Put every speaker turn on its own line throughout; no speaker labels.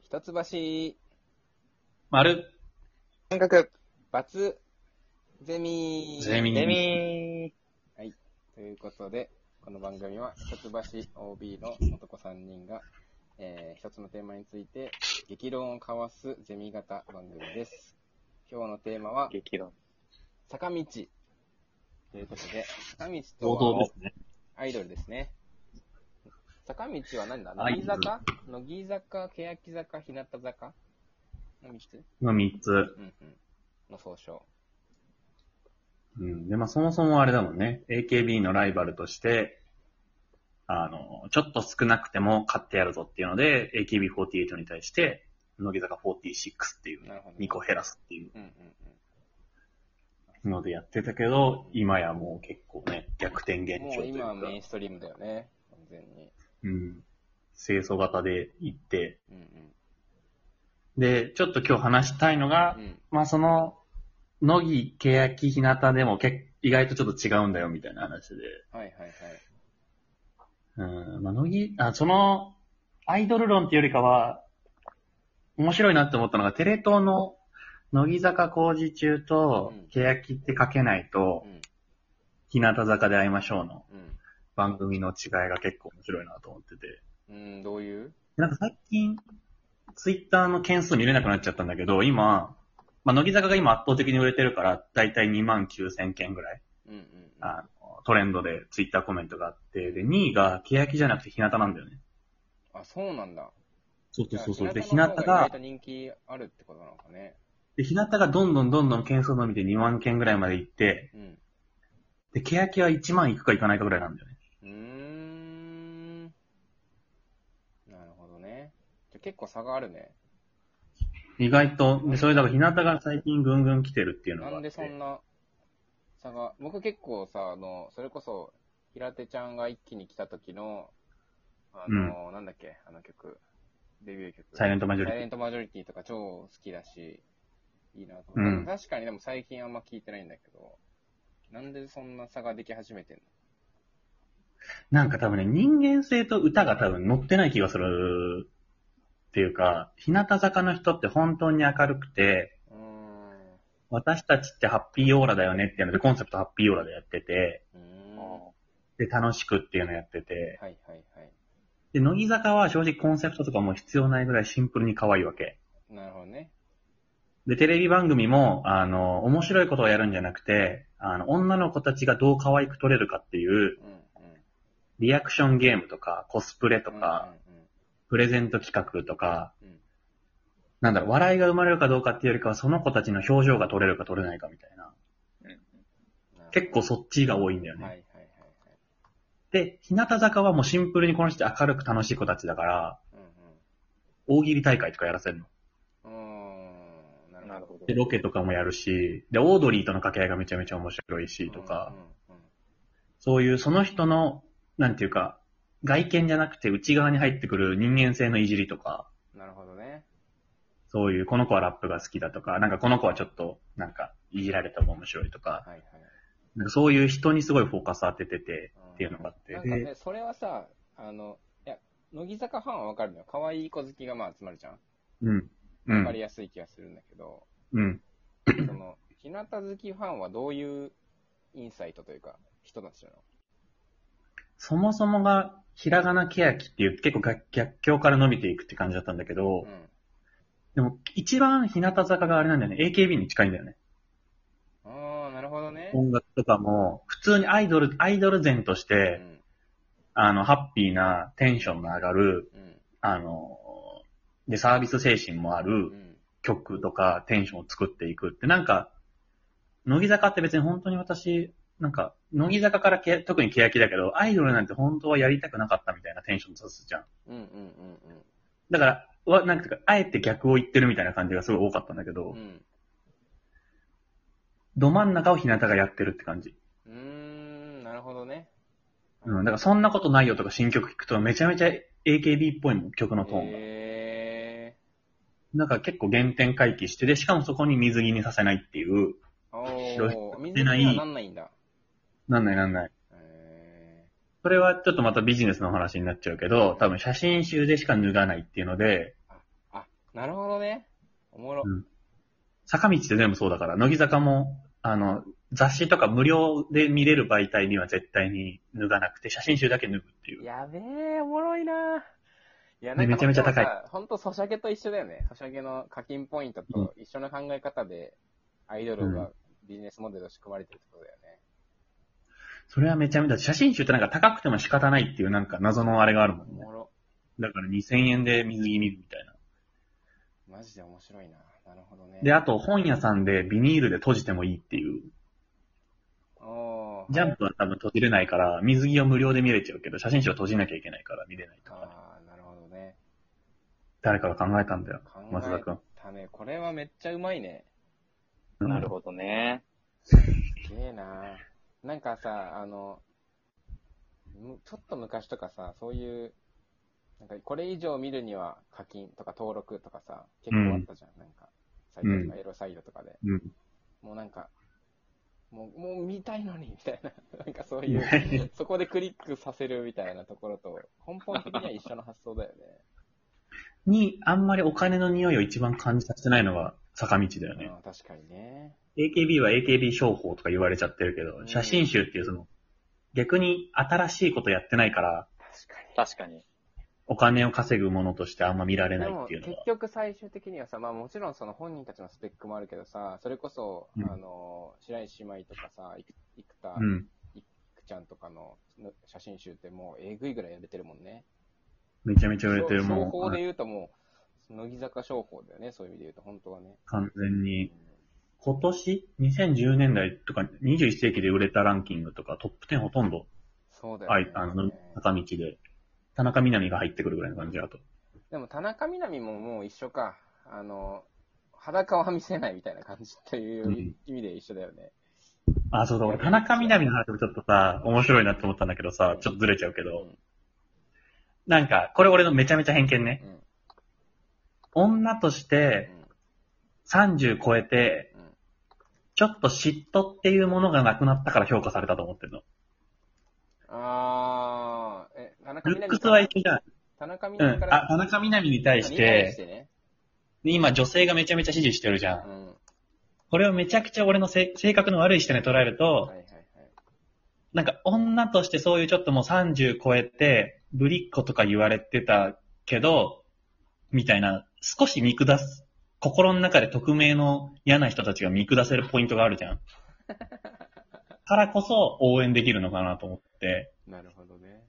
一橋、
丸、
感覚、
バツ、ゼミ
ゼミ
ゼミ
はい。ということで、この番組は、一橋 OB の男3人が、一つのテーマについて、激論を交わすゼミ型番組です。今日のテーマは、
激論。
坂道。ということで、坂道と
王
は
道ですね。
アイドルですね。坂道は何だ？
アイドル
乃木坂、乃木坂、欅坂、日向坂の3つ
の3つ。
うんうん。の総称。
うん。で、まあそもそもあれだもんね。AKB のライバルとして、ちょっと少なくても勝ってやるぞっていうので、AKB48 に対して、乃木坂46っていう、
なるほどね
2個減らすっていう
うんうんうん。
のでやってたけど、今やもう結構ね、逆転現象というか。
もう今はメインストリームだよね。完全に。
うん。清楚型で行って、
うん
で、ちょっと今日話したいのが、
うん。うん。
まあその、乃木、欅、日向でも意外とちょっと違うんだよみたいな話で。
はいはいはい。
まあ、その、アイドル論っていうよりかは、面白いなって思ったのが、テレ東の乃木坂工事中と
うん、
欅って書けないと、
うん
日向坂で会いましょうの
うん。
番組の違いが結構面白いなと思ってて。
どういう
なんか最近、ツイッターの件数見れなくなっちゃったんだけど、今、まあ、乃木坂が今圧倒的に売れてるから、だいたい29,000件ぐらい、
うんうん
トレンドでツイッターコメントがあって、で、2位が欅じゃなくて日向なんだよね。
あ、そうなんだ。
そうそうそう。で、
日向の
日向が
方が意外と、人気あるってことなのかね。
で、日向がどんどん件数伸びて2万件ぐらいまで行って、
うん。
で、欅は1万いくかいかないかぐらいなんだよね。
なるほどね。じゃ結構差があるね。
意外と、で、それだから日向が最近ぐんぐん来てるっていうのが
なんで
あって。
そんな差が、僕結構さ、それこそ、平手ちゃんが一気に来た時の、なんだっけ、あの曲、デビュー曲。
サイレントマジョリティ
サイレントマジョリティとか超好きだし、いいなと思って。
うん
確かにでも最近あんま聞いてないんだけど、なんでそんな差ができ始めてんの？
なんか多分ね、人間性と歌が多分乗ってない気がするっていうか、日向坂の人って本当に明るくて、私たちってハッピーオーラだよねっていうので、コンセプトハッピーオーラでやってて、で、楽しくっていうのやってて、
はいはいはい。
で、乃木坂は正直コンセプトとかも必要ないぐらいシンプルに可愛いわけ。
なるほどね。
で、テレビ番組も、面白いことをやるんじゃなくて、女の子たちがどう可愛く撮れるかっていう、
うんうん。
リアクションゲームとか、コスプレとか、
うん
プレゼント企画とか、
うんうん。
なんだろう、笑いが生まれるかどうかっていうよりかは、その子たちの表情が撮れるか撮れないかみたいな。結構そっちが多いんだよね。
はいはいはいはい。
で、日向坂はもうシンプルにこの人明るく楽しい子たちだから、
うん
大喜利大会とかやらせるの。
なるほど。
で、ロケとかもやるし、で、オードリーとの掛け合いがめちゃめちゃ面白いし、とか、そういうその人の、なんていうか、外見じゃなくて内側に入ってくる人間性のいじりとか、
なるほどね。
そういう、この子はラップが好きだとか、なんかこの子はちょっと、なんか、いじられた方が面白いとか、
はいはい。
なんかそういう人にすごいフォーカス当ててて、っていうのがあって。
なんかね、それはさ、いや、乃木坂ファンはわかるのよ。可愛い子好きがまあ集まるじゃん。
うん。
わかりやすい気がするんだけど、
うん。
その、日向好きファンはどういうインサイトというか、人たちなの？
そもそもが、ひらがなけやきっていう結構逆境から伸びていくって感じだったんだけど、でも一番日向坂があれなんだよね。AKB に近いんだよね。
ああ、なるほどね。
音楽とかも、普通にアイドル前として、ハッピーなテンションの上がる、で、サービス精神もある曲とかテンションを作っていくって、なんか、乃木坂って別に本当に私、なんか、乃木坂から特に欅だけど、アイドルなんて本当はやりたくなかったみたいなテンション出すじゃん。だから、なんていうか、あえて逆を言ってるみたいな感じがすごい多かったんだけど、ど真ん中を日向がやってるって感じ。
なるほどね。
だからそんなことないよとか新曲聴くとめちゃめちゃ AKB っぽいもん、曲のトーンが。なんか結構原点回帰して、で、しかもそこに水着にさせないっていう、
水着にはなんないんだ。
なんない。それはちょっとまたビジネスの話になっちゃうけど、多分写真集でしか脱がないっていうので、
なるほどね。おもろ。
うん。坂道って全部そうだから、乃木坂も、雑誌とか無料で見れる媒体には絶対に脱がなくて、写真集だけ脱ぐっていう。
やべえ、おもろいな。いや、な
で、
んか
めちゃめちゃ高い。
ほんとソシャゲと一緒だよね。ソシャゲの課金ポイントと一緒の考え方で、アイドルがビジネスモデルとして組まれてるってことだよね。
それはめちゃめちゃ、写真集ってなんか高くても仕方ないっていうなんか謎のあれがあるもんね。
おもろ。
だから2000円で水着見るみたいな。
マジで面白いな。なるほどね。
で、あと本屋さんでビニールで閉じてもいいっていう。ジャンプは多分閉じれないから、水着を無料で見れちゃうけど、写真集は閉じなきゃいけないから見れないとか、ね。
ああ、なるほどね。
誰かが考えたんだよ、松田くん。
考えたね。これはめっちゃうまいね。
なるほどね。
すげえな。なんかさ、ちょっと昔とかさ、そういう、なんかこれ以上見るには課金とか登録とかさ、結構あったじゃん。なんか、サイトとかエロサイトとかで。もうなんか、もう見たいのに、みたいな。なんかそういう、そこでクリックさせるみたいなところと、根本的には一緒の発想だよね。
に、あんまりお金の匂いを一番感じさせてないのが坂道だよね。
確かにね。
AKB は AKB 商法とか言われちゃってるけど、写真集っていうその、逆に新しいことやってないから、
確かに。
お金を稼ぐものとしてあんま見られないっていうのは。
結局最終的にはさ、まあもちろんその本人たちのスペックもあるけどさ、それこそ、白石姉妹とかさ、生田、いくちゃんとかの写真集ってもうえぐいぐらい売れてるもんね。
めちゃめちゃ売れてるもん。
商法で言うともう、乃木坂商法だよね、そういう意味で言うと、本当はね。
完全に。今年 ?2010 年代とか21世紀で売れたランキングとかトップ10ほとんど、
そうだよね。
坂道で。田中みな実が入ってくるぐらいの感じだと。
でも田中みな実ももう一緒か。裸は見せないみたいな感じっていう意味で一緒だよね。
あ、そうだ、俺田中みな実の話もちょっとさ、面白いなって思ったんだけどさ、ちょっとずれちゃうけど。なんか、これ俺のめちゃめちゃ偏見ね。女として30超えて、ちょっと嫉妬っていうものがなくなったから評価されたと思ってるの。
田中みな実。
ルックスは一緒じゃん。
田中みな実から。
田中みな実に対して、今女性がめちゃめちゃ支持してるじゃん。これをめちゃくちゃ俺の性格の悪い視点で捉えると、なんか女としてそういうちょっともう30超えて、ぶりっ子とか言われてたけど、みたいな、少し見下す、心の中で匿名の嫌な人たちが見下せるポイントがあるじゃん。からこそ応援できるのかなと思って。
なるほどね。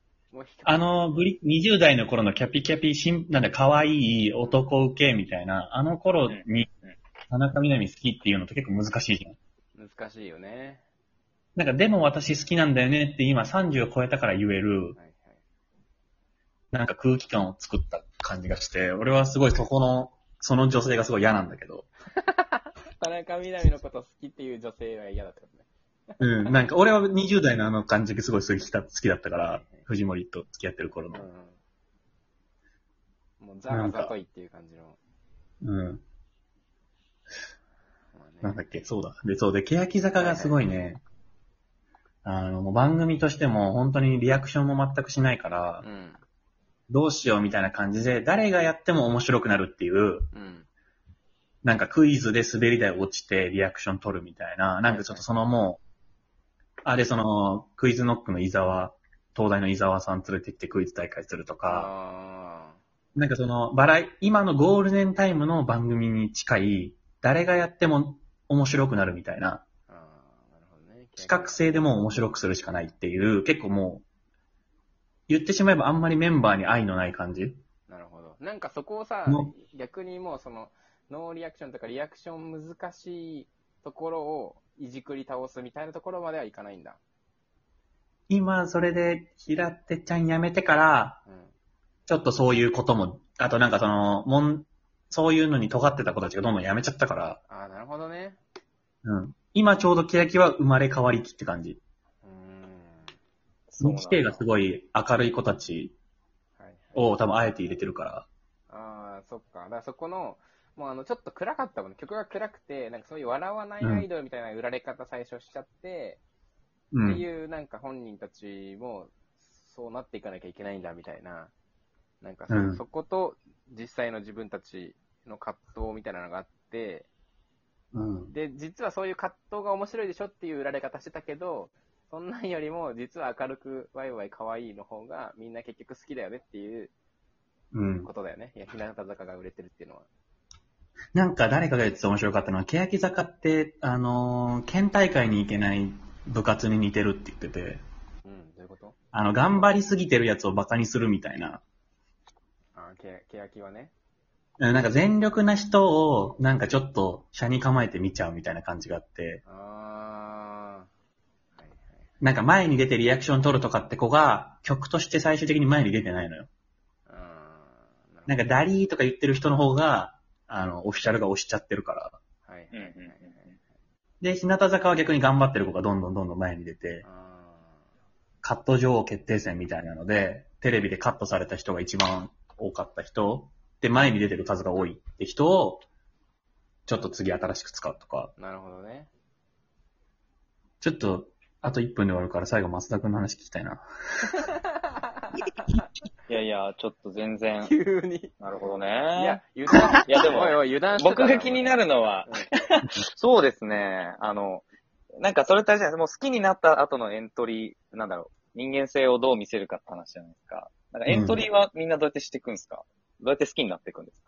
20代の頃のキャピキャピ、なんだ、可愛い男受けみたいな、あの頃に、田中みな実好きっていうのって結構難しいじゃん。
難しいよね。
なんか、でも私好きなんだよねって今30を超えたから言える、なんか空気感を作った感じがして、俺はすごいその女性がすごい嫌なんだけど。
田中みな実のこと好きっていう女性は嫌だったね。
なんか俺は20代のあの感じがすごい好きだったから、藤森と付き合ってる頃の。
もうザーザといっていう感じの。
なんだっけ、そうだ。で、欅坂がすごいね、もう番組としても本当にリアクションも全くしないから、どうしようみたいな感じで、誰がやっても面白くなるっていう、なんかクイズで滑り台落ちてリアクション取るみたいな、なんかちょっとそのもう、クイズノックの東大の伊沢さん連れてきてクイズ大会するとか、なんか今のゴールデンタイムの番組に近い、誰がやっても面白くなるみたいな、企画性でも面白くするしかないっていう、結構もう、言ってしまえばあんまりメンバーに愛のない感じ。
なるほど。なんかそこをさ、逆にもうノーリアクションとかリアクション難しいところをいじくり倒すみたいなところまではいかないんだ。
今、それで、平手ちゃん辞めてから、ちょっとそういうことも、あとなんかそういうのに尖ってた子たちがどんどん辞めちゃったから。
なるほどね。
今ちょうど欅は生まれ変わりきって感じ。2期生がすごい明るい子たちを多分あえて入れてるから。
そっか。だからそこの、もうちょっと暗かったもんね。曲が暗くて、なんかそういう笑わないアイドルみたいな売られ方最初しちゃって、っていうなんか本人たちもそうなっていかなきゃいけないんだみたいな。なんかそこと実際の自分たちの葛藤みたいなのがあって、
うん。
で、実はそういう葛藤が面白いでしょっていう売られ方してたけど、そんなんよりも、実は明るくワイワイ可愛いの方がみんな結局好きだよねっていうことだよね。いや、日向坂が売れてるっていうのは。
なんか誰かが言ってて面白かったのは、欅坂って、県大会に行けない部活に似てるって言ってて、
うん、どういうこと？
頑張りすぎてるやつをバカにするみたいな。
欅はね。
なんか全力な人を、なんかちょっと、車に構えて見ちゃうみたいな感じがあって、
はいはい。
なんか前に出てリアクション取るとかって子が、曲として最終的に前に出てないのよ。なんかダリーとか言ってる人の方が、オフィシャルが押しちゃってるから。
はいはいはいはい。
で、日向坂は逆に頑張ってる子がどんどん前に出て、カット女王決定戦みたいなので、テレビでカットされた人が一番多かった人、で、前に出てる数が多いって人を、ちょっと次新しく使うとか。
なるほどね。
ちょっと、あと1分で終わるから最後増田くんの話聞きたいな。
いやいや、ちょっと全然。
急に。
なるほどね。
いや、でも、
おいおい油断してた僕が気になるのは、そうですね。なんかそれとじゃもう好きになった後のエントリー、なんだろう、人間性をどう見せるかって話じゃないですか。なんかエントリーはみんなどうやってしていくんですか？どうやって好きになっていくんですか？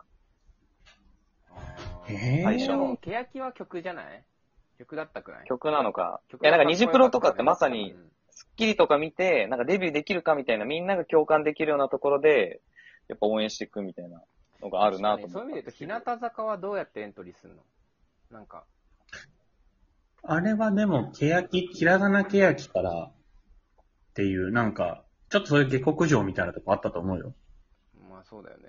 最初の。欅は曲じゃない？曲だったくない？
曲なのか。いや、なんかニジプロとかってまさに、スッキリとか見て、なんかデビューできるかみたいな、みんなが共感できるようなところで、やっぱ応援していくみたいなのがあるなと思って。
そういう意味で言うと、日向坂はどうやってエントリーするの？なんか。
あれはでも、ひらがな欅からっていう、なんか、ちょっとそういう下克上みたいなとこあったと思うよ。
まあそうだよね。